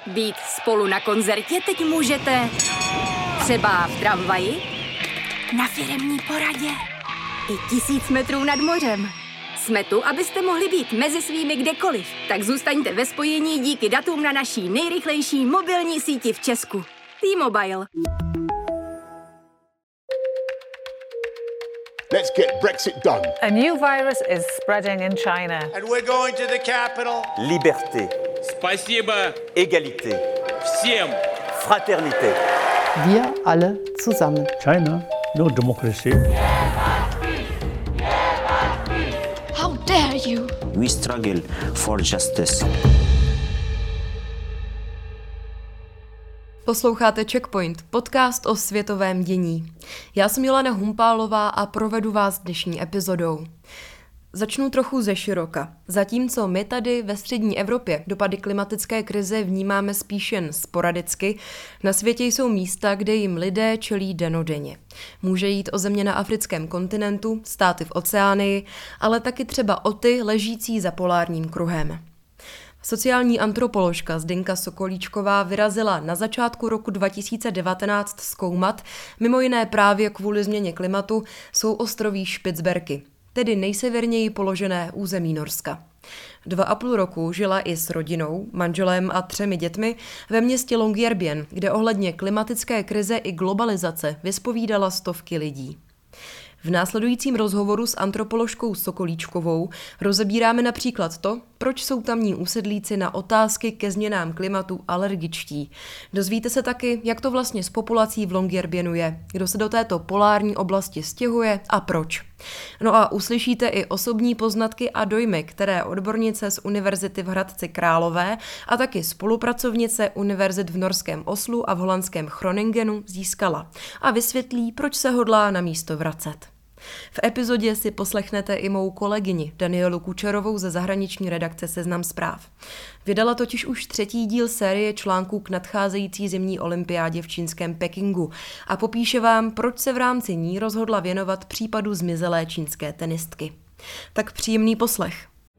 Být spolu na koncertě teď můžete třeba v tramvaji, na firemní poradě i 1000 metrů nad mořem. Jsme tu, abyste mohli být mezi svými kdekoliv. Tak zůstaňte ve spojení díky datům na naší nejrychlejší mobilní síti v Česku. T-Mobile. Let's get Brexit done. A new virus is spreading in China. And we're going to the capital. Liberté. Спасибо. Égalité. Всем. Fraternité. Wir alle zusammen. China, no democracy. How dare you? We struggle for justice. Posloucháte Checkpoint, podcast o světovém dění. Já jsem Milena Humpálová a provedu vás dnešní epizodou. Začnu trochu ze široka. Zatímco my tady ve střední Evropě dopady klimatické krize vnímáme spíš jen sporadicky, na světě jsou místa, kde jim lidé čelí dennodenně. Může jít o země na africkém kontinentu, státy v Oceánii, ale taky třeba o ty ležící za polárním kruhem. Sociální antropoložka Zdenka Sokolíčková vyrazila na začátku roku 2019 zkoumat, mimo jiné právě kvůli změně klimatu, souostroví Špicberky, tedy nejseverněji položené území Norska. 2,5 roku žila i s rodinou, manželem a 3 dětmi ve městě Longyearbyen, kde ohledně klimatické krize i globalizace vyspovídala stovky lidí. V následujícím rozhovoru s antropoložkou Sokolíčkovou rozebíráme například to, proč jsou tamní úsedlíci na otázky ke změnám klimatu alergičtí. Dozvíte se taky, jak to vlastně s populací v Longyearbyenu je, kdo se do této polární oblasti stěhuje a proč. No a uslyšíte i osobní poznatky a dojmy, které odbornice z Univerzity v Hradci Králové a taky spolupracovnice univerzit v norském Oslu a v holandském Groningenu získala a vysvětlí, proč se hodlá na místo vracet. V epizodě si poslechnete i mou kolegyni Danielu Kučerovou ze zahraniční redakce Seznam Zpráv. Vydala totiž už 3. díl série článků k nadcházející zimní olympiádě v čínském Pekingu a popíše vám, proč se v rámci ní rozhodla věnovat případu zmizelé čínské tenistky. Tak příjemný poslech.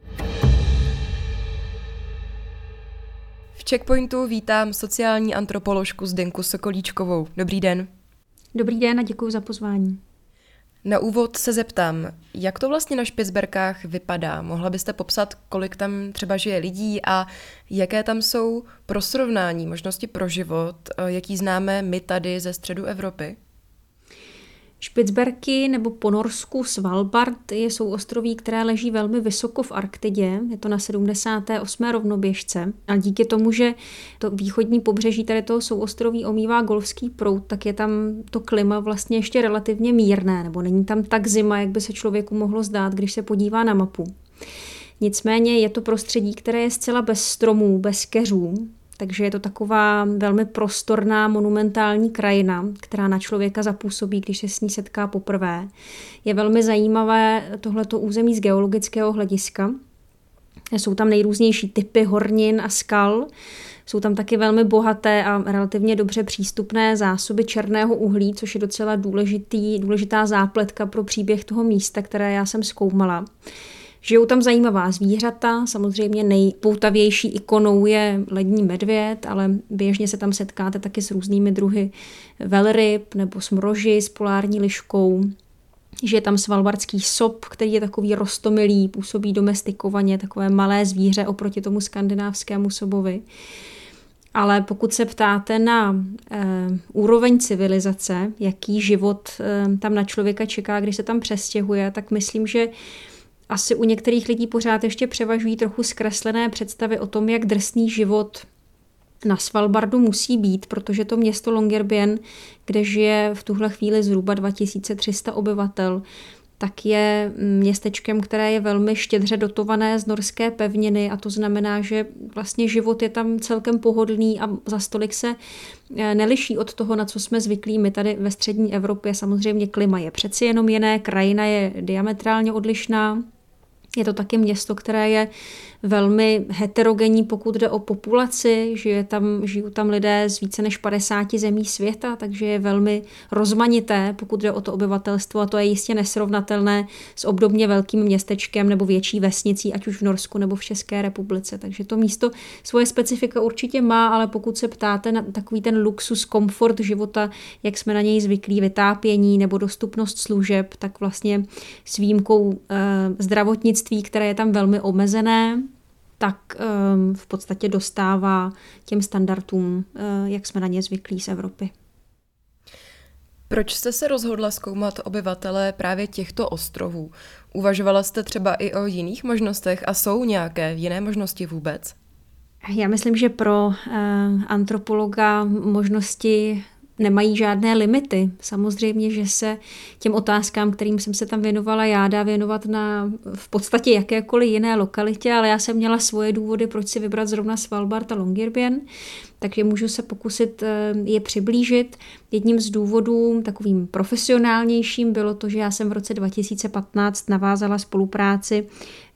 V Checkpointu vítám sociální antropoložku Zdenku Sokolíčkovou. Dobrý den. Dobrý den a děkuji za pozvání. Na úvod se zeptám, jak to vlastně na Špicberkách vypadá? Mohla byste popsat, kolik tam třeba žije lidí a jaké tam jsou pro srovnání možnosti pro život, jaký známe my tady ze středu Evropy? Špicberky nebo po norsku Svalbard je souostroví, které leží velmi vysoko v Arktidě, je to na 78. rovnoběžce. A díky tomu, že to východní pobřeží tady toho souostroví omývá golfský proud, tak je tam to klima vlastně ještě relativně mírné, nebo není tam tak zima, jak by se člověku mohlo zdát, když se podívá na mapu. Nicméně je to prostředí, které je zcela bez stromů, bez keřů, takže je to taková velmi prostorná, monumentální krajina, která na člověka zapůsobí, když se s ní setká poprvé. Je velmi zajímavé tohleto území z geologického hlediska. Jsou tam nejrůznější typy hornin a skal. Jsou tam taky velmi bohaté a relativně dobře přístupné zásoby černého uhlí, což je docela důležitá zápletka pro příběh toho místa, které já jsem zkoumala. Žijou tam zajímavá zvířata, samozřejmě nejpoutavější ikonou je lední medvěd, ale běžně se tam setkáte taky s různými druhy velryb nebo s mroži, s polární liškou. Žije tam svalbardský sob, který je takový roztomilý, působí domestikovaně, takové malé zvíře oproti tomu skandinávskému sobovi. Ale pokud se ptáte na úroveň civilizace, jaký život tam na člověka čeká, když se tam přestěhuje, tak myslím, že asi u některých lidí pořád ještě převažují trochu zkreslené představy o tom, jak drsný život na Svalbardu musí být, protože to město Longyearbyen, kde žije v tuhle chvíli zhruba 2300 obyvatel, tak je městečkem, které je velmi štědře dotované z norské pevniny a to znamená, že vlastně život je tam celkem pohodlný a za stolik se neliší od toho, na co jsme zvyklí my tady ve střední Evropě. Samozřejmě klima je přeci jenom jiné, krajina je diametrálně odlišná. Je to taky město, které je velmi heterogenní, pokud jde o populaci, žijou tam lidé z více než 50 zemí světa, takže je velmi rozmanité, pokud jde o to obyvatelstvo, a to je jistě nesrovnatelné s obdobně velkým městečkem nebo větší vesnicí, ať už v Norsku nebo v České republice. Takže to místo svoje specifika určitě má, ale pokud se ptáte na takový ten luxus, komfort života, jak jsme na něj zvyklí, vytápění nebo dostupnost služeb, tak vlastně s výjimkou zdravotnictví, které je tam velmi omezené, tak v podstatě dostává těm standardům, jak jsme na ně zvyklí z Evropy. Proč jste se rozhodla zkoumat obyvatele právě těchto ostrovů? Uvažovala jste třeba i o jiných možnostech a jsou nějaké jiné možnosti vůbec? Já myslím, že pro antropologa možnosti nemají žádné limity. Samozřejmě, že se těm otázkám, kterým jsem se tam věnovala já, dá věnovat na v podstatě jakékoliv jiné lokalitě, ale já jsem měla svoje důvody, proč si vybrat zrovna Svalbard a Longyearbyen, takže můžu se pokusit je přiblížit. Jedním z důvodů takovým profesionálnějším bylo to, že já jsem v roce 2015 navázala spolupráci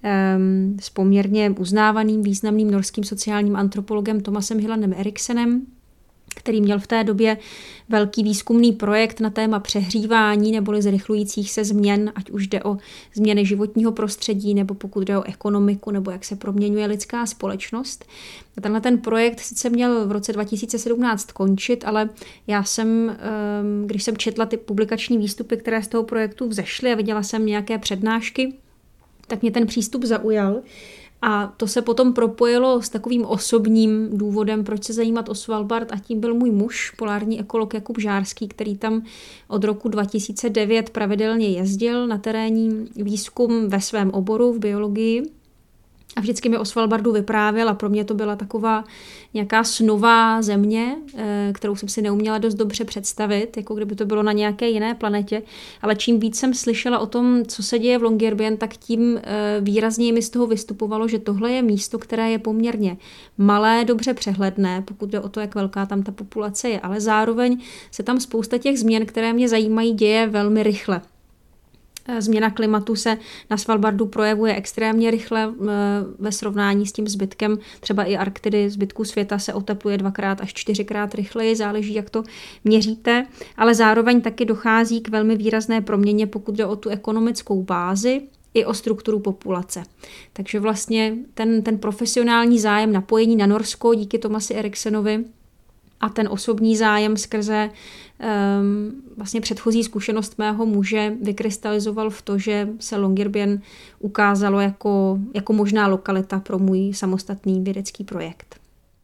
s poměrně uznávaným, významným norským sociálním antropologem Tomasem Hillanem Eriksenem, který měl v té době velký výzkumný projekt na téma přehřívání neboli zrychlujících se změn, ať už jde o změny životního prostředí, nebo pokud jde o ekonomiku, nebo jak se proměňuje lidská společnost. A tenhle ten projekt sice měl v roce 2017 končit, ale já jsem, když jsem četla ty publikační výstupy, které z toho projektu vzešly a viděla jsem nějaké přednášky, tak mě ten přístup zaujal. A to se potom propojilo s takovým osobním důvodem, proč se zajímat o Svalbard, a tím byl můj muž, polární ekolog Jakub Žárský, který tam od roku 2009 pravidelně jezdil na terénní výzkum ve svém oboru v biologii. A vždycky mi o Svalbardu vyprávěl a pro mě to byla taková nějaká snová země, kterou jsem si neuměla dost dobře představit, jako kdyby to bylo na nějaké jiné planetě. Ale čím víc jsem slyšela o tom, co se děje v Longyearbyen, tak tím výrazněji mi z toho vystupovalo, že tohle je místo, které je poměrně malé, dobře přehledné, pokud jde o to, jak velká tam ta populace je. Ale zároveň se tam spousta těch změn, které mě zajímají, děje velmi rychle. Změna klimatu se na Svalbardu projevuje extrémně rychle ve srovnání s tím zbytkem. Třeba i Arktidy, zbytku světa, se otepluje 2x až 4x rychleji, záleží, jak to měříte. Ale zároveň taky dochází k velmi výrazné proměně, pokud jde o tu ekonomickou bázi i o strukturu populace. Takže vlastně ten profesionální zájem, napojení na Norsko díky Tomasi Eriksenovi a ten osobní zájem skrze vlastně předchozí zkušenost mého muže vykrystalizoval v to, že se Longyearbyen ukázalo jako možná lokalita pro můj samostatný vědecký projekt.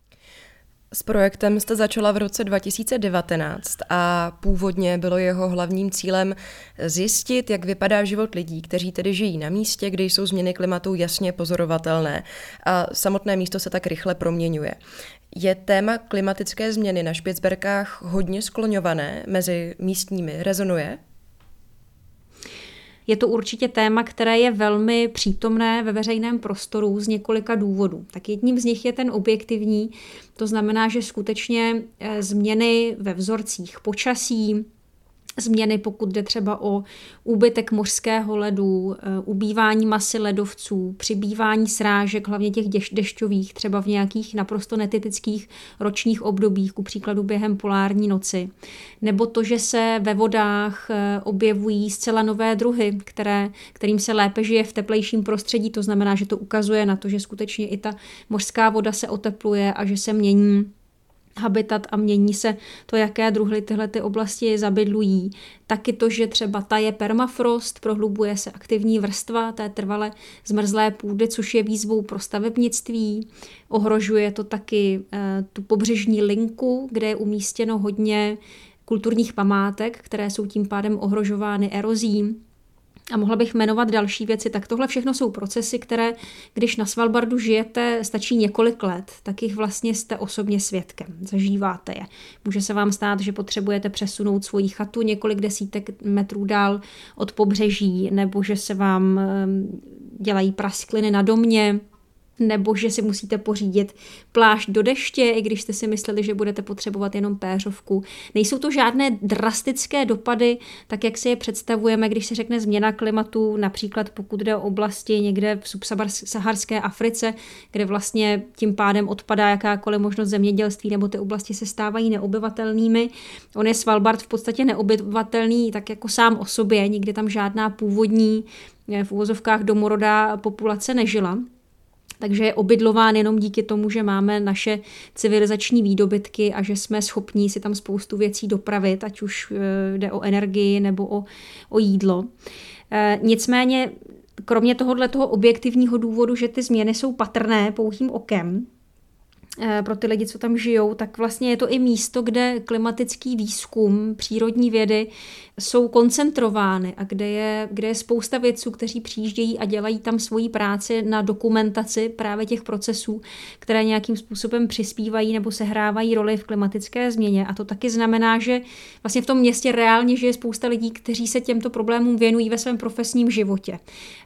S projektem jste začala v roce 2019 a původně bylo jeho hlavním cílem zjistit, jak vypadá život lidí, kteří tedy žijí na místě, kde jsou změny klimatu jasně pozorovatelné a samotné místo se tak rychle proměňuje. Je téma klimatické změny na Špicberkách hodně skloňované mezi místními? Rezonuje? Je to určitě téma, které je velmi přítomné ve veřejném prostoru z několika důvodů. Tak jedním z nich je ten objektivní, to znamená, že skutečně změny ve vzorcích počasí, změny, pokud jde třeba o úbytek mořského ledu, ubývání masy ledovců, přibývání srážek, hlavně těch dešťových, třeba v nějakých naprosto netypických ročních obdobích, ku příkladu během polární noci. Nebo to, že se ve vodách objevují zcela nové druhy, kterým se lépe žije v teplejším prostředí. To znamená, že to ukazuje na to, že skutečně i ta mořská voda se otepluje a že se mění habitat a mění se to, jaké druhy tyhle ty oblasti zabydlují. Taky to, že třeba taje permafrost, prohlubuje se aktivní vrstva té trvale zmrzlé půdy, což je výzvou pro stavebnictví. Ohrožuje to taky tu pobřežní linku, kde je umístěno hodně kulturních památek, které jsou tím pádem ohrožovány erozí. A mohla bych jmenovat další věci, tak tohle všechno jsou procesy, které, když na Svalbardu žijete, stačí několik let, tak jich vlastně jste osobně svědkem, zažíváte je. Může se vám stát, že potřebujete přesunout svoji chatu několik desítek metrů dál od pobřeží, nebo že se vám dělají praskliny na domě, nebo že si musíte pořídit plášť do deště, i když jste si mysleli, že budete potřebovat jenom péřovku. Nejsou to žádné drastické dopady, tak jak si je představujeme, když se řekne změna klimatu, například pokud jde o oblasti někde v subsaharské Africe, kde vlastně tím pádem odpadá jakákoliv možnost zemědělství, nebo ty oblasti se stávají neobyvatelnými. On je Svalbard v podstatě neobyvatelný tak jako sám o sobě, nikdy tam žádná původní v uvozovkách domorodá populace nežila. Takže je obydlován jenom díky tomu, že máme naše civilizační výdobytky a že jsme schopní si tam spoustu věcí dopravit, ať už jde o energii nebo o jídlo. Nicméně, kromě tohoto objektivního důvodu, že ty změny jsou patrné pouhým okem, pro ty lidi, co tam žijou, tak vlastně je to i místo, kde klimatický výzkum, přírodní vědy jsou koncentrovány a kde je spousta vědců, kteří přijíždějí a dělají tam svoji práci na dokumentaci právě těch procesů, které nějakým způsobem přispívají nebo sehrávají roli v klimatické změně. A to taky znamená, že vlastně v tom městě reálně žije spousta lidí, kteří se těmto problémům věnují ve svém profesním životě.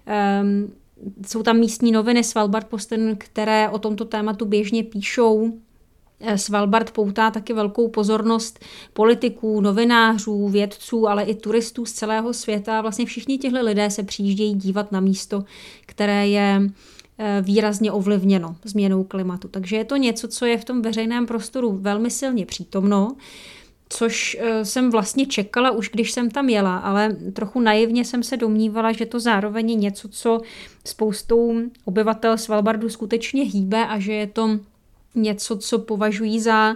Jsou tam místní noviny Svalbard Posten, které o tomto tématu běžně píšou. Svalbard poutá taky velkou pozornost politiků, novinářů, vědců, ale i turistů z celého světa. Vlastně všichni tihle lidé se přijíždějí dívat na místo, které je výrazně ovlivněno změnou klimatu. Takže je to něco, co je v tom veřejném prostoru velmi silně přítomno, což jsem vlastně čekala už, když jsem tam jela, ale trochu naivně jsem se domnívala, že to zároveň je něco, co spoustou obyvatel Svalbardu skutečně hýbe a že je to něco, co považují za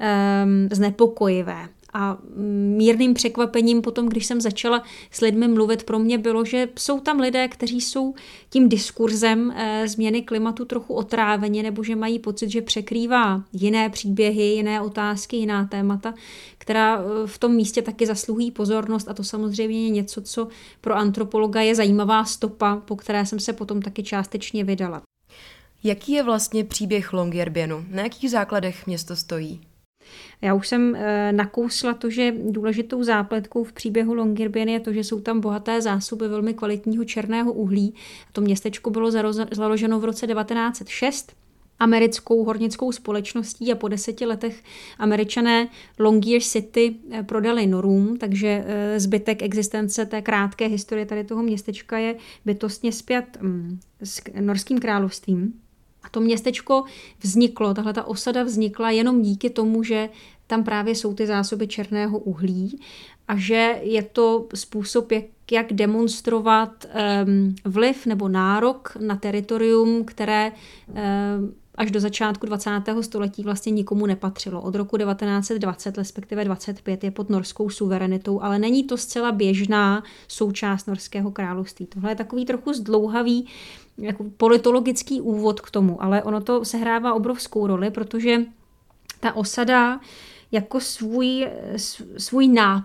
znepokojivé. A mírným překvapením potom, když jsem začala s lidmi mluvit, pro mě bylo, že jsou tam lidé, kteří jsou tím diskurzem změny klimatu trochu otráveni, nebo že mají pocit, že překrývá jiné příběhy, jiné otázky, jiná témata, která v tom místě taky zasluhují pozornost, a to samozřejmě je něco, co pro antropologa je zajímavá stopa, po které jsem se potom taky částečně vydala. Jaký je vlastně příběh Longyearbyenu? Na jakých základech město stojí? Já už jsem nakousla to, že důležitou zápletkou v příběhu Longyearbyen je to, že jsou tam bohaté zásoby velmi kvalitního černého uhlí. To městečko bylo založeno v roce 1906 americkou hornickou společností a po 10 letech Američané Longyear City prodali Norům, takže zbytek existence té krátké historie tady toho městečka je bytostně spjat s Norským královstvím. A to městečko vzniklo, tahle ta osada vznikla jenom díky tomu, že tam právě jsou ty zásoby černého uhlí a že je to způsob, jak demonstrovat vliv nebo nárok na teritorium, které až do začátku 20. století vlastně nikomu nepatřilo. Od roku 1920, respektive 25 je pod norskou suverenitou, ale není to zcela běžná součást Norského království. Tohle je takový trochu zdlouhavý jako politologický úvod k tomu, ale ono to sehrává obrovskou roli, protože ta osada jako svoji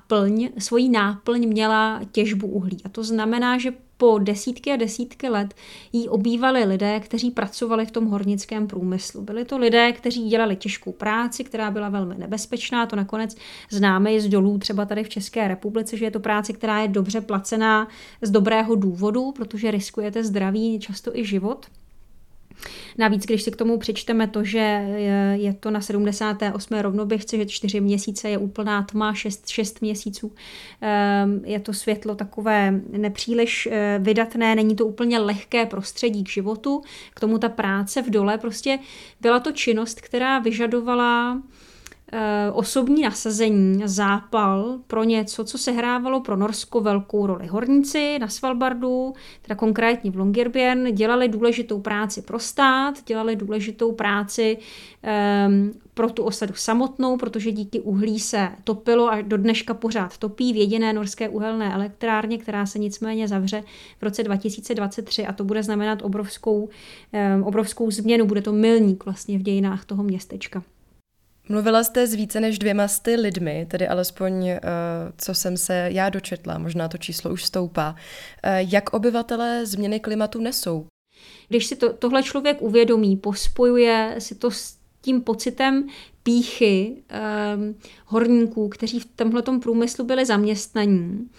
náplň měla těžbu uhlí. A to znamená, že po desítky a desítky let jí obývali lidé, kteří pracovali v tom hornickém průmyslu. Byli to lidé, kteří dělali těžkou práci, která byla velmi nebezpečná. To nakonec známe i z dolů, třeba tady v České republice, že je to práce, která je dobře placená z dobrého důvodu, protože riskujete zdraví, často i život. Navíc, když si k tomu přečteme to, že je to na 78. rovnoběžce, že 4 měsíce je úplná tma, 6 měsíců je to světlo takové nepříliš vydatné, není to úplně lehké prostředí k životu, k tomu ta práce v dole, prostě byla to činnost, která vyžadovala osobní nasazení, zápal pro něco, co sehrávalo pro Norsko velkou roli. Horníci na Svalbardu, teda konkrétně v Longyearbyen, dělali důležitou práci pro stát, dělali důležitou práci pro tu osadu samotnou, protože díky uhlí se topilo a do dneška pořád topí v jediné norské uhelné elektrárně, která se nicméně zavře v roce 2023 a to bude znamenat obrovskou změnu, bude to milník vlastně v dějinách toho městečka. Mluvila jste s více než 200 lidmi, tedy alespoň co jsem se já dočetla, možná to číslo už stoupá. Jak obyvatelé změny klimatu nesou? Když si tohle člověk uvědomí, pospojuje si to s tím pocitem pýchy horníků, kteří v tomhletom průmyslu byli zaměstnaní,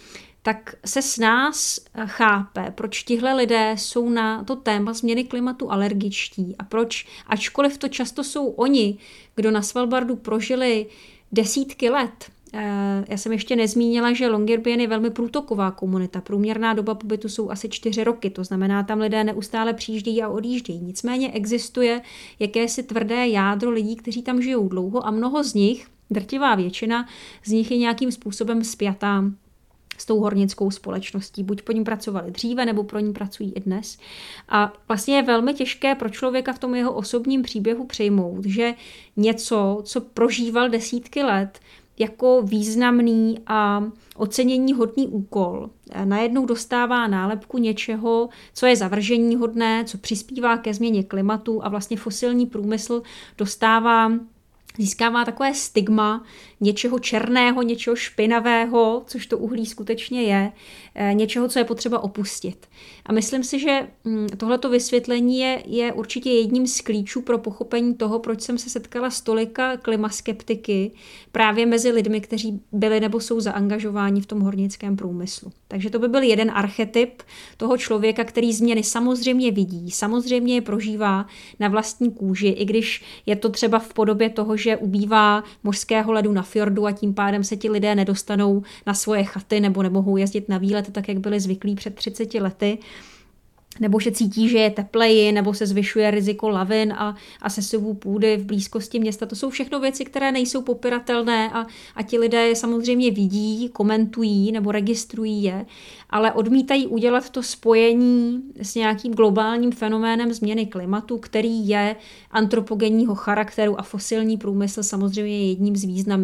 tak se s nás chápe, proč tihle lidé jsou na to téma změny klimatu alergičtí a proč, ačkoliv to často jsou oni, kdo na Svalbardu prožili desítky let. Já jsem ještě nezmínila, že Longyearbyen je velmi průtoková komunita. Průměrná doba pobytu jsou asi 4 roky, to znamená, tam lidé neustále přijíždějí a odjíždějí. Nicméně existuje jakési tvrdé jádro lidí, kteří tam žijou dlouho a mnoho z nich, drtivá většina z nich je nějakým způsobem spjatá s tou hornickou společností. Buď po ní pracovali dříve, nebo pro ní pracují i dnes. A vlastně je velmi těžké pro člověka v tom jeho osobním příběhu přijmout, že něco, co prožíval desítky let, jako významný a ocenění hodný úkol, najednou dostává nálepku něčeho, co je zavrženíhodné, co přispívá ke změně klimatu a vlastně fosilní průmysl získává takové stigma něčeho černého, něčeho špinavého, což to uhlí skutečně je, něčeho, co je potřeba opustit. A myslím si, že tohleto vysvětlení je určitě jedním z klíčů pro pochopení toho, proč jsem se setkala s tolika klimaskeptiky právě mezi lidmi, kteří byli nebo jsou zaangažováni v tom hornickém průmyslu. Takže to by byl jeden archetyp toho člověka, který změny samozřejmě vidí, samozřejmě je prožívá na vlastní kůži, i když je to třeba v podobě toho, že ubývá mořského ledu na fjordu a tím pádem se ti lidé nedostanou na svoje chaty nebo nemohou jezdit na výlet tak, jak byli zvyklí před 30 lety. Nebo že cítí, že je tepleji, nebo se zvyšuje riziko lavin a sesuvů půdy v blízkosti města. To jsou všechno věci, které nejsou popiratelné a ti lidé je samozřejmě vidí, komentují nebo registrují je, ale odmítají udělat to spojení s nějakým globálním fenoménem změny klimatu, který je antropogenního charakteru a fosilní průmysl samozřejmě je jedním z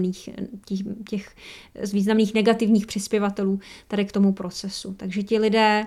významných negativních přispěvatelů tady k tomu procesu. Takže ti lidé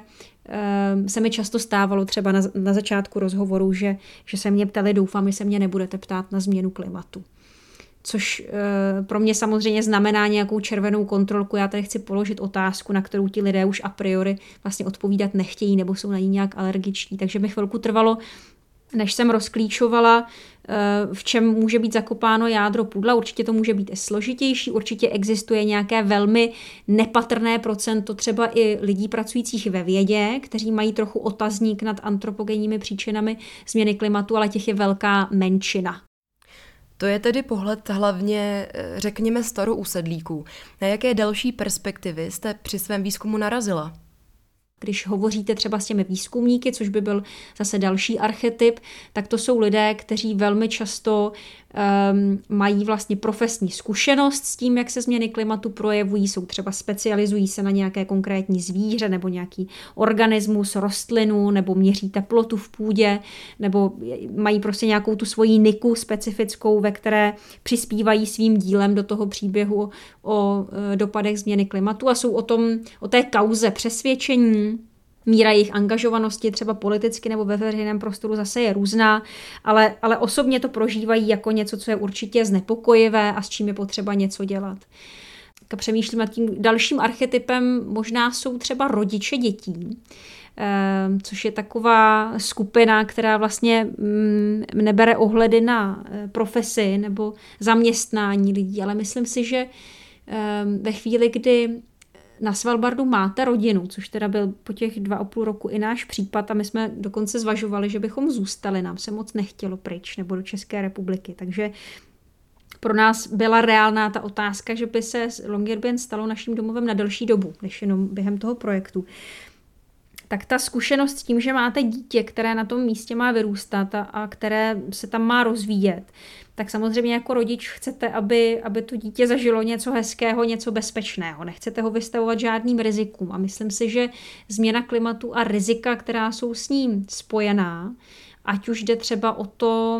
se mi často stávalo třeba na začátku rozhovoru, že se mě ptali, doufám, že se mě nebudete ptát na změnu klimatu. Což pro mě samozřejmě znamená nějakou červenou kontrolku. Já tady chci položit otázku, na kterou ti lidé už a priori vlastně odpovídat nechtějí nebo jsou na ní nějak alergičtí. Takže mi chvilku trvalo, než jsem rozklíčovala, v čem může být zakopáno jádro pudla. Určitě to může být i složitější, určitě existuje nějaké velmi nepatrné procento třeba i lidí pracujících ve vědě, kteří mají trochu otazník nad antropogenními příčinami změny klimatu, ale těch je velká menšina. To je tedy pohled hlavně, řekněme, starousedlíků. Na jaké další perspektivy jste při svém výzkumu narazila? Když hovoříte třeba s těmi výzkumníky, což by byl zase další archetyp, tak to jsou lidé, kteří velmi často mají vlastně profesní zkušenost s tím, jak se změny klimatu projevují, specializují se na nějaké konkrétní zvíře nebo nějaký organismus, rostlinu, nebo měří teplotu v půdě, nebo mají prostě nějakou tu svoji niku specifickou, ve které přispívají svým dílem do toho příběhu o dopadech změny klimatu a jsou o té kauze přesvědčení. Míra jejich angažovanosti třeba politicky nebo ve veřejném prostoru zase je různá, ale osobně to prožívají jako něco, co je určitě znepokojivé a s čím je potřeba něco dělat. Přemýšlím nad tím dalším archetypem, možná jsou třeba rodiče dětí, což je taková skupina, která vlastně nebere ohledy na profesi nebo zaměstnání lidí, ale myslím si, že ve chvíli, kdy na Svalbardu máte rodinu, což teda byl po těch 2,5 roku i náš případ a my jsme dokonce zvažovali, že bychom zůstali, nám se moc nechtělo pryč nebo do České republiky, takže pro nás byla reálná ta otázka, že by se Longyearbyen stalo naším domovem na delší dobu, než jenom během toho projektu. Tak ta zkušenost s tím, že máte dítě, které na tom místě má vyrůstat a které se tam má rozvíjet, tak samozřejmě jako rodič chcete, aby to dítě zažilo něco hezkého, něco bezpečného. Nechcete ho vystavovat žádným rizikům. A myslím si, že změna klimatu a rizika, která jsou s ním spojená, ať už jde třeba o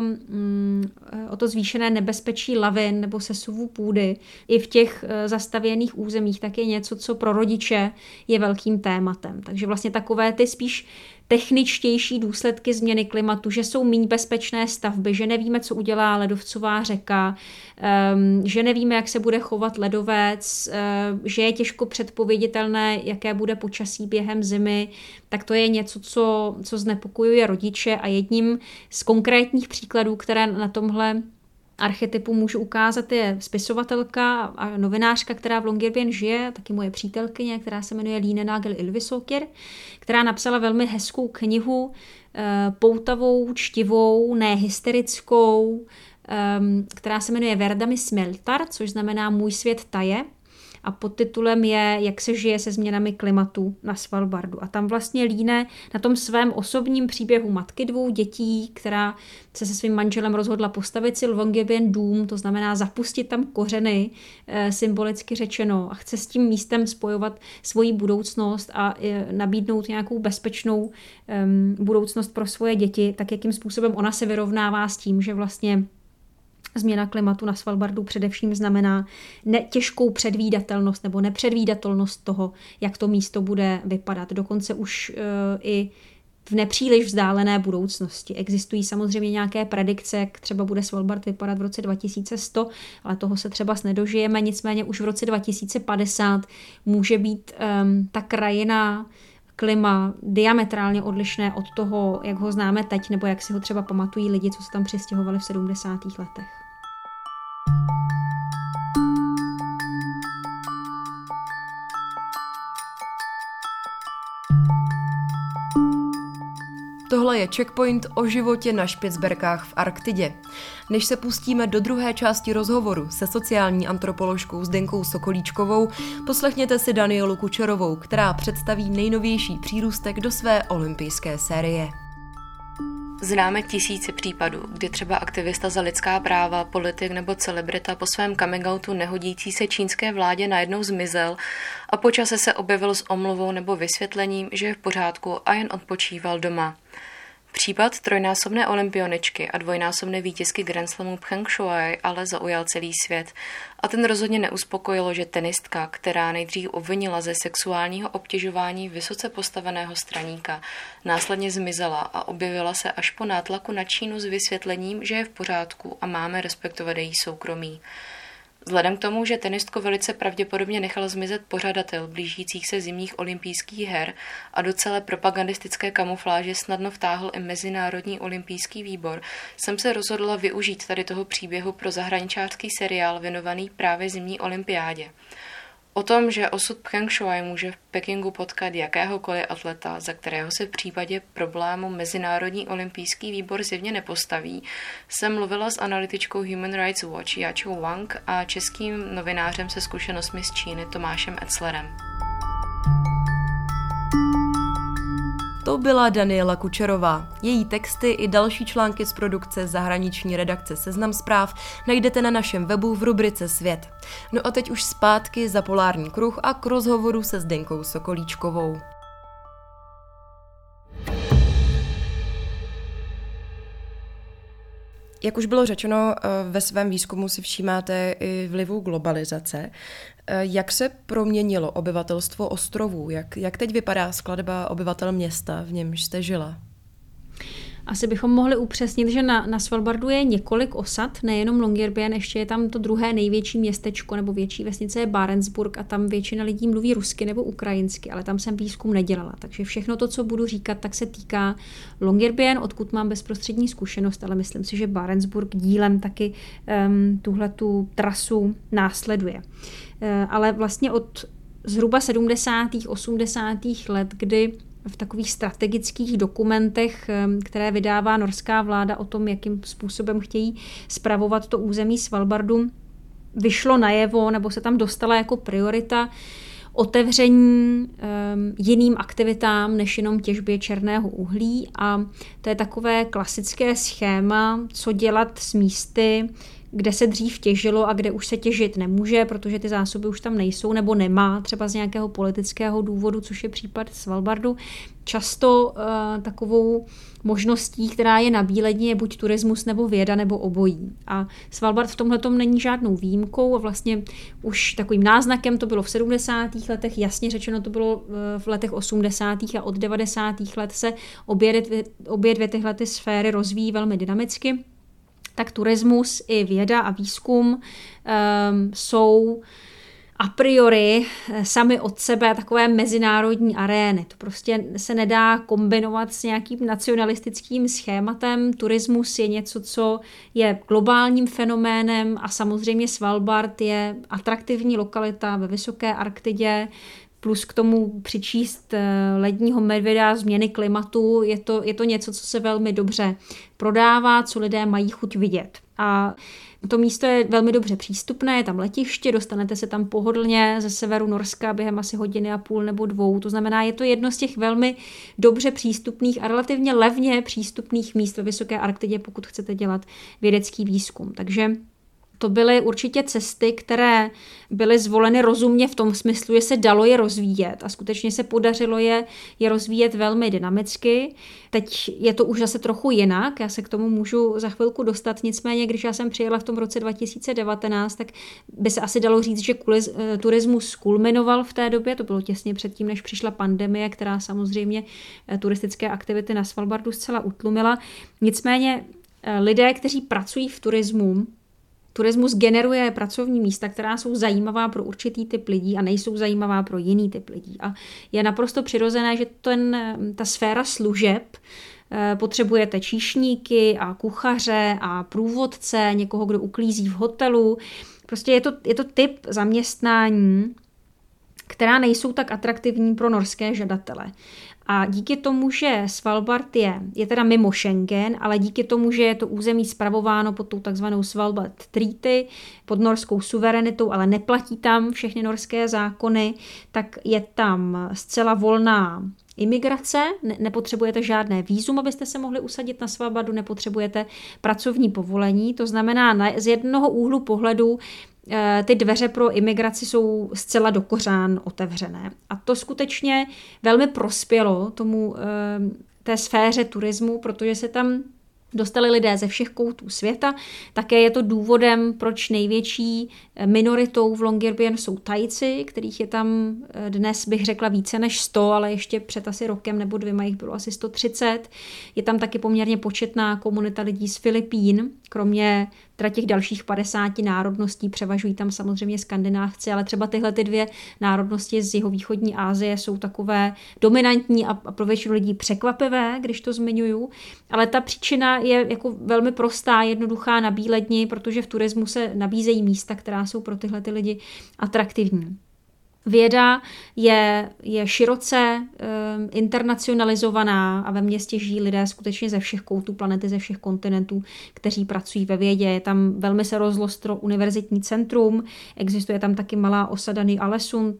to zvýšené nebezpečí lavin nebo sesuvů půdy i v těch zastavěných územích, tak je něco, co pro rodiče je velkým tématem. Takže vlastně takové ty spíš techničtější důsledky změny klimatu, že jsou méně bezpečné stavby, že nevíme, co udělá ledovcová řeka, že nevíme, jak se bude chovat ledovec, že je těžko předpověditelné, jaké bude počasí během zimy, tak to je něco, co znepokojuje rodiče a jedním z konkrétních příkladů, které na tomhle archetypů můžu ukázat, je spisovatelka a novinářka, která v Longyearbyen žije, taky moje přítelkyně, která se jmenuje Line Nagel Ylvisåker, která napsala velmi hezkou knihu, poutavou, čtivou, ne hysterickou, která se jmenuje Verdami Smeltar, což znamená Můj svět taje. A podtitulem je Jak se žije se změnami klimatu na Svalbardu. A tam vlastně Line na tom svém osobním příběhu matky 2 dětí, která se svým manželem rozhodla postavit si v Longyearbyen dům, to znamená zapustit tam kořeny, symbolicky řečeno, a chce s tím místem spojovat svoji budoucnost a nabídnout nějakou bezpečnou budoucnost pro svoje děti, tak jakým způsobem ona se vyrovnává s tím, že vlastně změna klimatu na Svalbardu především znamená těžkou předvídatelnost nebo nepředvídatelnost toho, jak to místo bude vypadat. Dokonce už i v nepříliš vzdálené budoucnosti. Existují samozřejmě nějaké predikce, jak třeba bude Svalbard vypadat v roce 2100, ale toho se třeba nedožijeme, nicméně už v roce 2050 může být ta krajina, klima diametrálně odlišné od toho, jak ho známe teď, nebo jak si ho třeba pamatují lidi, co se tam přistěhovali v 70. letech. Tohle je Checkpoint o životě na Špicberkách v Arktidě. Než se pustíme do druhé části rozhovoru se sociální antropoložkou Zdenkou Sokolíčkovou, poslechněte si Danielu Kučerovou, která představí nejnovější přírůstek do své olympijské série. Známe tisíce případů, kdy třeba aktivista za lidská práva, politik nebo celebrita po svém coming outu nehodící se čínské vládě najednou zmizel a po čase se objevil s omluvou nebo vysvětlením, že je v pořádku a jen odpočíval doma. Případ trojnásobné olympioničky a dvojnásobné vítězky Grand Slamu Pcheng Shuai ale zaujal celý svět a ten rozhodně neuspokojilo, že tenistka, která nejdřív obvinila ze sexuálního obtěžování vysoce postaveného straníka, následně zmizela a objevila se až po nátlaku na Čínu s vysvětlením, že je v pořádku a máme respektovat její soukromí. Vzhledem k tomu, že tenistko velice pravděpodobně nechal zmizet pořadatel blížících se zimních olympijských her a do celé propagandistické kamufláže snadno vtáhl i Mezinárodní olympijský výbor, jsem se rozhodla využít tady toho příběhu pro zahraničářský seriál věnovaný právě zimní olympiádě. O tom, že osud Pcheng Shuai může v Pekingu potkat jakéhokoliv atleta, za kterého se v případě problému Mezinárodní olympijský výbor zjevně nepostaví, jsem mluvila s analytičkou Human Rights Watch Yaqiu Wang a českým novinářem se zkušenostmi z Číny Tomášem Etzlerem. To byla Daniela Kučerová. Její texty i další články z produkce zahraniční redakce Seznam Zpráv najdete na našem webu v rubrice Svět. No a teď už zpátky za polární kruh a k rozhovoru se Zdenkou Sokolíčkovou. Jak už bylo řečeno, ve svém výzkumu si všímáte i vlivu globalizace. Jak se proměnilo obyvatelstvo ostrovů? Jak teď vypadá skladba obyvatel města, v němž jste žila? Asi bychom mohli upřesnit, že na Svalbardu je několik osad, nejenom Longyearbyen, ještě je tam to druhé největší městečko nebo větší vesnice je Barentsburg a tam většina lidí mluví rusky nebo ukrajinsky, ale tam jsem výzkum nedělala. Takže všechno to, co budu říkat, tak se týká Longyearbyen, odkud mám bezprostřední zkušenost, ale myslím si, že Barentsburg dílem taky tuhletu trasu následuje. Ale vlastně od zhruba 70. 80. let, kdy v takových strategických dokumentech, které vydává norská vláda o tom, jakým způsobem chtějí spravovat to území Svalbardu, vyšlo najevo, nebo se tam dostala jako priorita otevření jiným aktivitám než jenom těžbě černého uhlí. A to je takové klasické schéma, co dělat s místy, kde se dřív těžilo a kde už se těžit nemůže, protože ty zásoby už tam nejsou nebo nemá, třeba z nějakého politického důvodu, což je případ Svalbardu. Často takovou možností, která je nabíledni, je buď turismus nebo věda nebo obojí. A Svalbard v tomhletom není žádnou výjimkou a vlastně už takovým náznakem to bylo v 70. letech, jasně řečeno to bylo v letech 80. a od 90. let se obě dvě tyhle ty sféry rozvíjí velmi dynamicky. Tak turismus i věda a výzkum jsou a priori sami od sebe takové mezinárodní arény. To prostě se nedá kombinovat s nějakým nacionalistickým schématem. Turismus je něco, co je globálním fenoménem a samozřejmě Svalbard je atraktivní lokalita ve vysoké Arktidě, plus k tomu přičíst ledního medvěda, změny klimatu, je to něco, co se velmi dobře prodává, co lidé mají chuť vidět. A to místo je velmi dobře přístupné, je tam letiště, dostanete se tam pohodlně ze severu Norska během asi 1,5 hodiny nebo 2. To znamená, je to jedno z těch velmi dobře přístupných a relativně levně přístupných míst ve vysoké Arktidě, pokud chcete dělat vědecký výzkum. Takže to byly určitě cesty, které byly zvoleny rozumně v tom smyslu, že se dalo je rozvíjet a skutečně se podařilo je rozvíjet velmi dynamicky. Teď je to už zase trochu jinak, já se k tomu můžu za chvilku dostat, nicméně když já jsem přijela v tom roce 2019, tak by se asi dalo říct, že turismus kulminoval v té době, to bylo těsně předtím, než přišla pandemie, která samozřejmě turistické aktivity na Svalbardu zcela utlumila. Nicméně lidé, kteří pracují v Turismus generuje pracovní místa, která jsou zajímavá pro určitý typ lidí a nejsou zajímavá pro jiný typ lidí. A je naprosto přirozené, že ta sféra služeb potřebujete číšníky a kuchaře a průvodce, někoho, kdo uklízí v hotelu. Prostě je to typ zaměstnání, která nejsou tak atraktivní pro norské žadatele. A díky tomu, že Svalbard je teda mimo Schengen, ale díky tomu, že je to území spravováno pod tou takzvanou Svalbard Treaty, pod norskou suverenitou, ale neplatí tam všechny norské zákony, tak je tam zcela volná imigrace, nepotřebujete žádné vízum, abyste se mohli usadit na Svalbardu, nepotřebujete pracovní povolení, to znamená z jednoho úhlu pohledu ty dveře pro imigraci jsou zcela do kořán otevřené. A to skutečně velmi prospělo té sféře turismu, protože se tam dostali lidé ze všech koutů světa. Také je to důvodem, proč největší minoritou v Longyearbyen jsou Thajci, kterých je tam dnes, bych řekla, více než 100, ale ještě před asi rokem nebo 2 jich bylo asi 130. Je tam taky poměrně početná komunita lidí z Filipín, kromě těch dalších 50 národností, převažují tam samozřejmě Skandinávci, ale třeba tyhle 2 národnosti z jihovýchodní Asie jsou takové dominantní a pro většinu lidí překvapivé, když to zmiňuju. Ale ta příčina je jako velmi prostá, jednoduchá na bíledni, protože v turismu se nabízejí místa, která jsou pro tyhle lidi atraktivní. Věda je široce internacionalizovaná a ve městě žijí lidé skutečně ze všech koutů planety, ze všech kontinentů, kteří pracují ve vědě. Je tam velmi se rozlostro univerzitní centrum, existuje tam taky malá osada Ny-Alesund,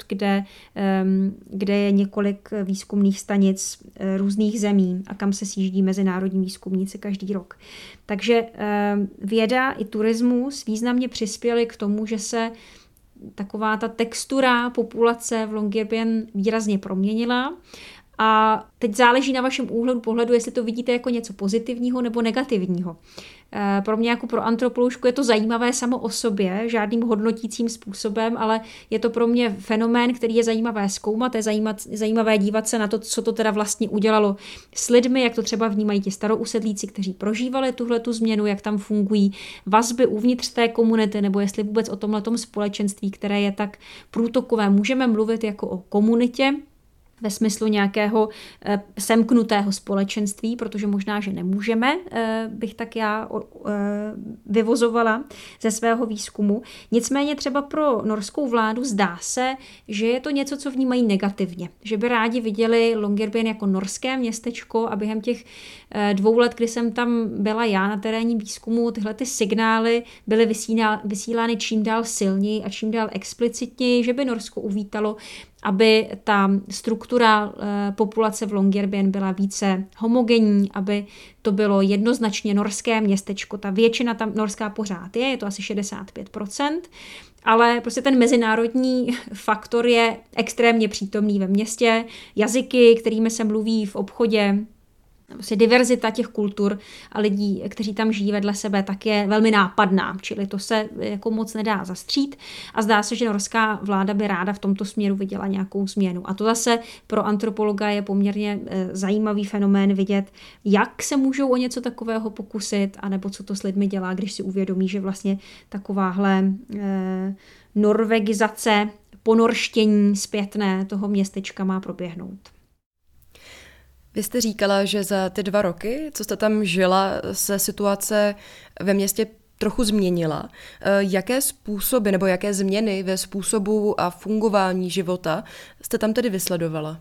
kde je několik výzkumných stanic různých zemí a kam se sjíždí mezinárodní výzkumníci každý rok. Takže věda i turismus významně přispěly k tomu, že se taková ta textura populace v Longyearbyen výrazně proměnila. A teď záleží na vašem úhlu pohledu, jestli to vidíte jako něco pozitivního nebo negativního. Pro mě jako pro antropoložku je to zajímavé samo o sobě, žádným hodnotícím způsobem, ale je to pro mě fenomén, který je zajímavé zkoumat, je zajímavé dívat se na to, co to teda vlastně udělalo s lidmi, jak to třeba vnímají ti starousedlíci, kteří prožívali tuhletu změnu, jak tam fungují vazby uvnitř té komunity, nebo jestli vůbec o tomhletom společenství, které je tak průtokové, můžeme mluvit jako o komunitě, ve smyslu nějakého semknutého společenství, protože možná, že nemůžeme, bych tak já vyvozovala ze svého výzkumu. Nicméně třeba pro norskou vládu zdá se, že je to něco, co vnímají negativně. Že by rádi viděli Longyearbyen jako norské městečko a během těch 2 let, kdy jsem tam byla já na terénním výzkumu, tyhle ty signály byly vysílány čím dál silněji a čím dál explicitněji, že by Norsko uvítalo, aby ta struktura populace v Longyearbyen byla více homogenní, aby to bylo jednoznačně norské městečko. Ta většina tam norská pořád je to asi 65%, ale prostě ten mezinárodní faktor je extrémně přítomný ve městě. Jazyky, kterými se mluví v obchodě, prostě diverzita těch kultur a lidí, kteří tam žijí vedle sebe, tak je velmi nápadná, čili to se jako moc nedá zastřít a zdá se, že norská vláda by ráda v tomto směru viděla nějakou změnu. A to zase pro antropologa je poměrně zajímavý fenomén vidět, jak se můžou o něco takového pokusit, anebo co to s lidmi dělá, když si uvědomí, že vlastně takováhle norvegizace ponorštění zpětné toho městečka má proběhnout. Vy jste říkala, že za ty 2 roky, co jste tam žila, se situace ve městě trochu změnila. Jaké způsoby nebo jaké změny ve způsobu a fungování života jste tam tedy vysledovala?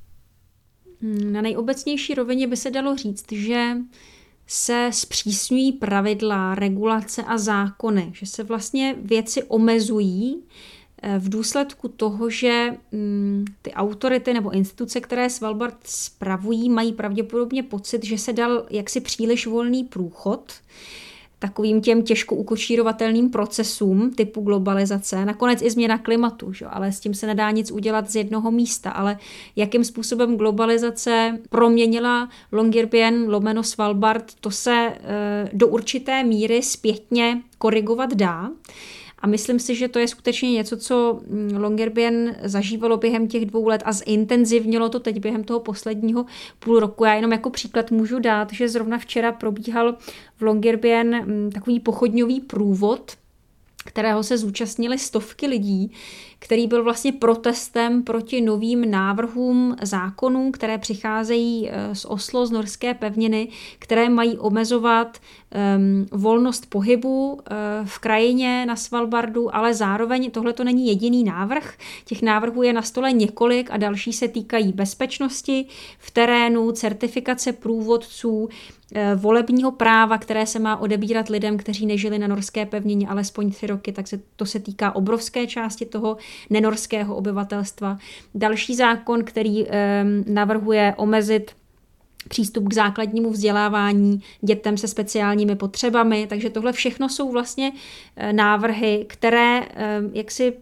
Na nejobecnější rovině by se dalo říct, že se zpřísňují pravidla, regulace a zákony, že se vlastně věci omezují v důsledku toho, že ty autority nebo instituce, které Svalbard spravují, mají pravděpodobně pocit, že se dal jaksi příliš volný průchod takovým těm těžko ukočírovatelným procesům typu globalizace, nakonec i změna klimatu, že? Ale s tím se nedá nic udělat z jednoho místa, ale jakým způsobem globalizace proměnila Longyearbyen / Svalbard, to se do určité míry zpětně korigovat dá. A myslím si, že to je skutečně něco, co Longyearbyen zažívalo během těch 2 let a zintenzivnilo to teď během toho posledního půl roku. Já jenom jako příklad můžu dát, že zrovna včera probíhal v Longyearbyen takový pochodňový průvod, kterého se zúčastnili stovky lidí, který byl vlastně protestem proti novým návrhům zákonů, které přicházejí z Oslo, z norské pevniny, které mají omezovat volnost pohybu v krajině na Svalbardu, ale zároveň tohle to není jediný návrh. Těch návrhů je na stole několik a další se týkají bezpečnosti v terénu, certifikace průvodců, volebního práva, které se má odebírat lidem, kteří nežili na norské pevnině alespoň 3 roky, tak to se týká obrovské části toho nenorského obyvatelstva. Další zákon, který navrhuje omezit přístup k základnímu vzdělávání dětem se speciálními potřebami, takže tohle všechno jsou vlastně návrhy, které jaksi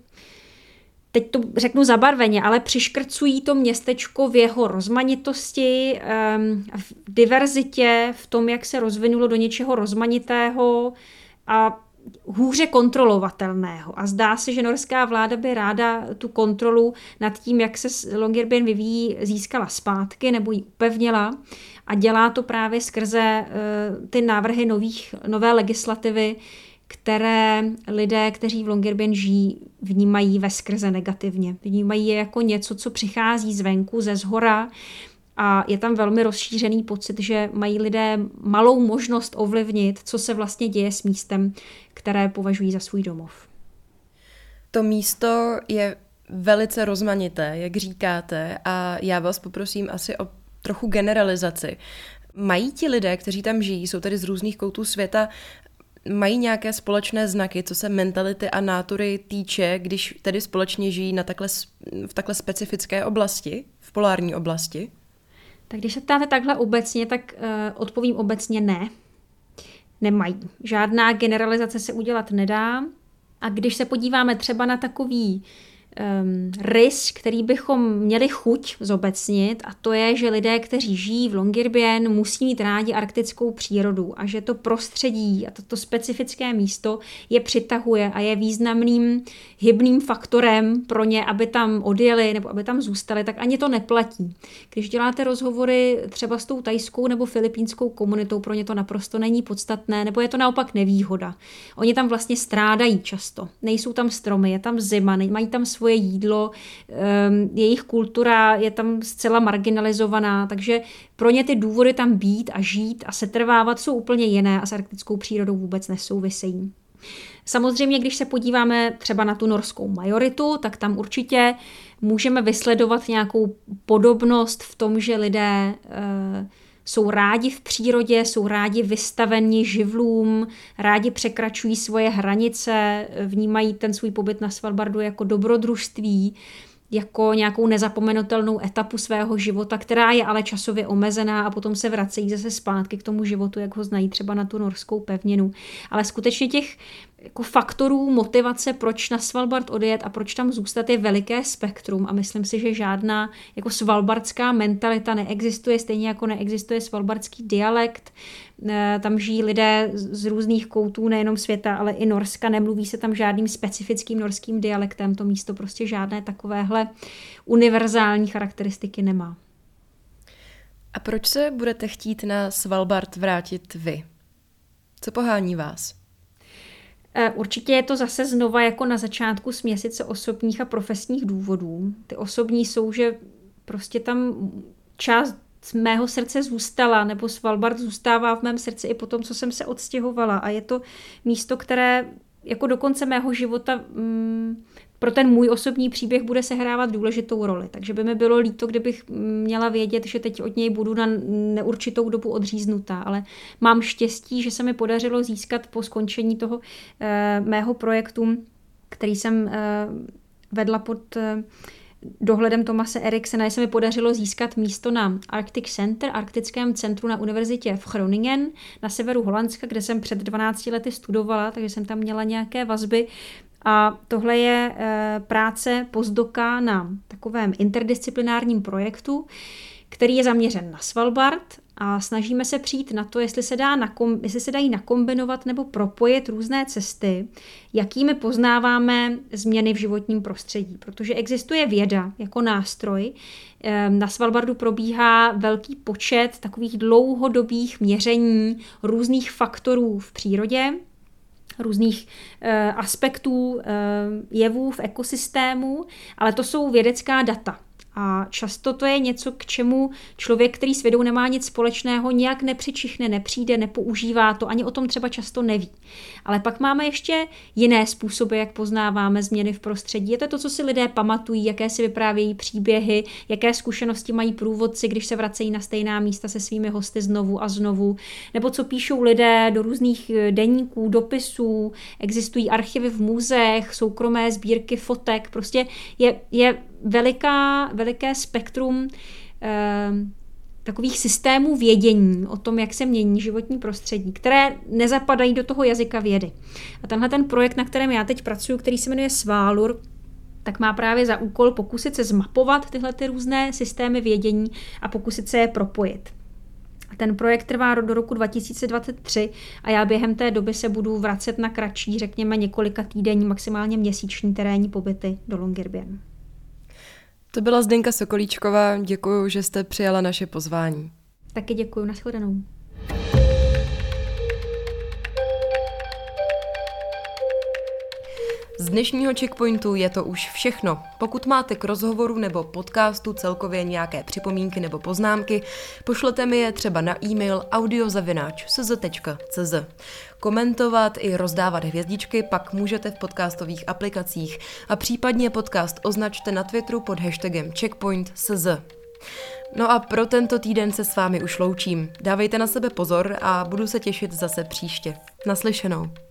teď to řeknu zabarveně, ale přiškrcují to městečko v jeho rozmanitosti, v diverzitě, v tom, jak se rozvinulo do něčeho rozmanitého a hůře kontrolovatelného. A zdá se, že norská vláda by ráda tu kontrolu nad tím, jak se Longyearbyen vyvíjí, získala zpátky nebo ji upevnila a dělá to právě skrze ty návrhy nové legislativy, které lidé, kteří v Longyearbyen žijí, vnímají veskrze negativně. Vnímají je jako něco, co přichází zvenku, ze zhora a je tam velmi rozšířený pocit, že mají lidé malou možnost ovlivnit, co se vlastně děje s místem, které považují za svůj domov. To místo je velice rozmanité, jak říkáte, a já vás poprosím asi o trochu generalizaci. Mají ti lidé, kteří tam žijí, jsou tedy z různých koutů světa, mají nějaké společné znaky, co se mentality a nátury týče, když tedy společně žijí v takhle specifické oblasti, v polární oblasti? Tak když se ptáte takhle obecně, tak odpovím obecně ne. Nemají. Žádná generalizace se udělat nedá. A když se podíváme třeba na takový rys, který bychom měli chuť zobecnit, a to je, že lidé, kteří žijí v Longyearbyen, musí mít rádi arktickou přírodu a že to prostředí a toto specifické místo je přitahuje a je významným hybným faktorem pro ně, aby tam odjeli nebo aby tam zůstali, tak ani to neplatí. Když děláte rozhovory třeba s tou thajskou nebo filipínskou komunitou, pro ně to naprosto není podstatné, nebo je to naopak nevýhoda. Oni tam vlastně strádají často. Nejsou tam stromy, je tam zima, mají tam svoje jídlo, jejich kultura je tam zcela marginalizovaná, takže pro ně ty důvody tam být a žít a setrvávat jsou úplně jiné a s arktickou přírodou vůbec nesouvisejí. Samozřejmě, když se podíváme třeba na tu norskou majoritu, tak tam určitě můžeme vysledovat nějakou podobnost v tom, že lidé jsou rádi v přírodě, jsou rádi vystaveni živlům, rádi překračují svoje hranice, vnímají ten svůj pobyt na Svalbardu jako dobrodružství, jako nějakou nezapomenutelnou etapu svého života, která je ale časově omezená a potom se vracejí zase zpátky k tomu životu, jak ho znají třeba na tu norskou pevninu. Ale skutečně těch jako faktorů motivace, proč na Svalbard odjet a proč tam zůstat, je veliké spektrum a myslím si, že žádná jako svalbardská mentalita neexistuje, stejně jako neexistuje svalbardský dialekt. Tam žijí lidé z různých koutů, nejenom světa, ale i Norska. Nemluví se tam žádným specifickým norským dialektem. To místo prostě žádné takovéhle univerzální charakteristiky nemá. A proč se budete chtít na Svalbard vrátit vy? Co pohání vás? Určitě je to zase znova jako na začátku směsice osobních a profesních důvodů. Ty osobní jsou, že prostě tam část z mého srdce zůstala, nebo Svalbard zůstává v mém srdci i po tom, co jsem se odstěhovala. A je to místo, které jako do konce mého života pro ten můj osobní příběh bude sehrávat důležitou roli. Takže by mi bylo líto, kdybych měla vědět, že teď od něj budu na neurčitou dobu odříznutá. Ale mám štěstí, že se mi podařilo získat po skončení toho mého projektu, který jsem vedla pod dohledem Thomase Eriksena, se mi podařilo získat místo na Arctic Center, arktickém centru na univerzitě v Groningen na severu Holandska, kde jsem před 12 lety studovala, takže jsem tam měla nějaké vazby. A tohle je práce postdoka na takovém interdisciplinárním projektu, který je zaměřen na Svalbard a snažíme se přijít na to, jestli se dají nakombinovat nebo propojit různé cesty, jakými poznáváme změny v životním prostředí. Protože existuje věda jako nástroj. Na Svalbardu probíhá velký počet takových dlouhodobých měření různých faktorů v přírodě, různých aspektů jevů v ekosystému, ale to jsou vědecká data. A často to je něco, k čemu člověk, který s vědou nemá nic společného, nějak nepřičichne, nepřijde, nepoužívá to, ani o tom třeba často neví. Ale pak máme ještě jiné způsoby, jak poznáváme změny v prostředí. Je to, co si lidé pamatují, jaké si vyprávějí příběhy, jaké zkušenosti mají průvodci, když se vracejí na stejná místa se svými hosty znovu a znovu, nebo co píšou lidé do různých deníků, dopisů, existují archivy v muzeech, soukromé sbírky fotek, prostě je veliké spektrum takových systémů vědění o tom, jak se mění životní prostředí, které nezapadají do toho jazyka vědy. A tenhle ten projekt, na kterém já teď pracuji, který se jmenuje Svalur, tak má právě za úkol pokusit se zmapovat tyhle ty různé systémy vědění a pokusit se je propojit. A ten projekt trvá do roku 2023 a já během té doby se budu vracet na kratší, řekněme několika týdenní, maximálně měsíční terénní pobyty do Longyearbyen. To byla Zdenka Sokolíčková, děkuji, že jste přijala naše pozvání. Taky děkuji, nashledanou. Z dnešního Checkpointu je to už všechno. Pokud máte k rozhovoru nebo podcastu celkově nějaké připomínky nebo poznámky, pošlete mi je třeba na e-mail audio@sz.cz. Komentovat i rozdávat hvězdičky pak můžete v podcastových aplikacích a případně podcast označte na Twitteru pod hashtagem checkpoint.cz. No a pro tento týden se s vámi už loučím. Dávejte na sebe pozor a budu se těšit zase příště. Naslyšenou.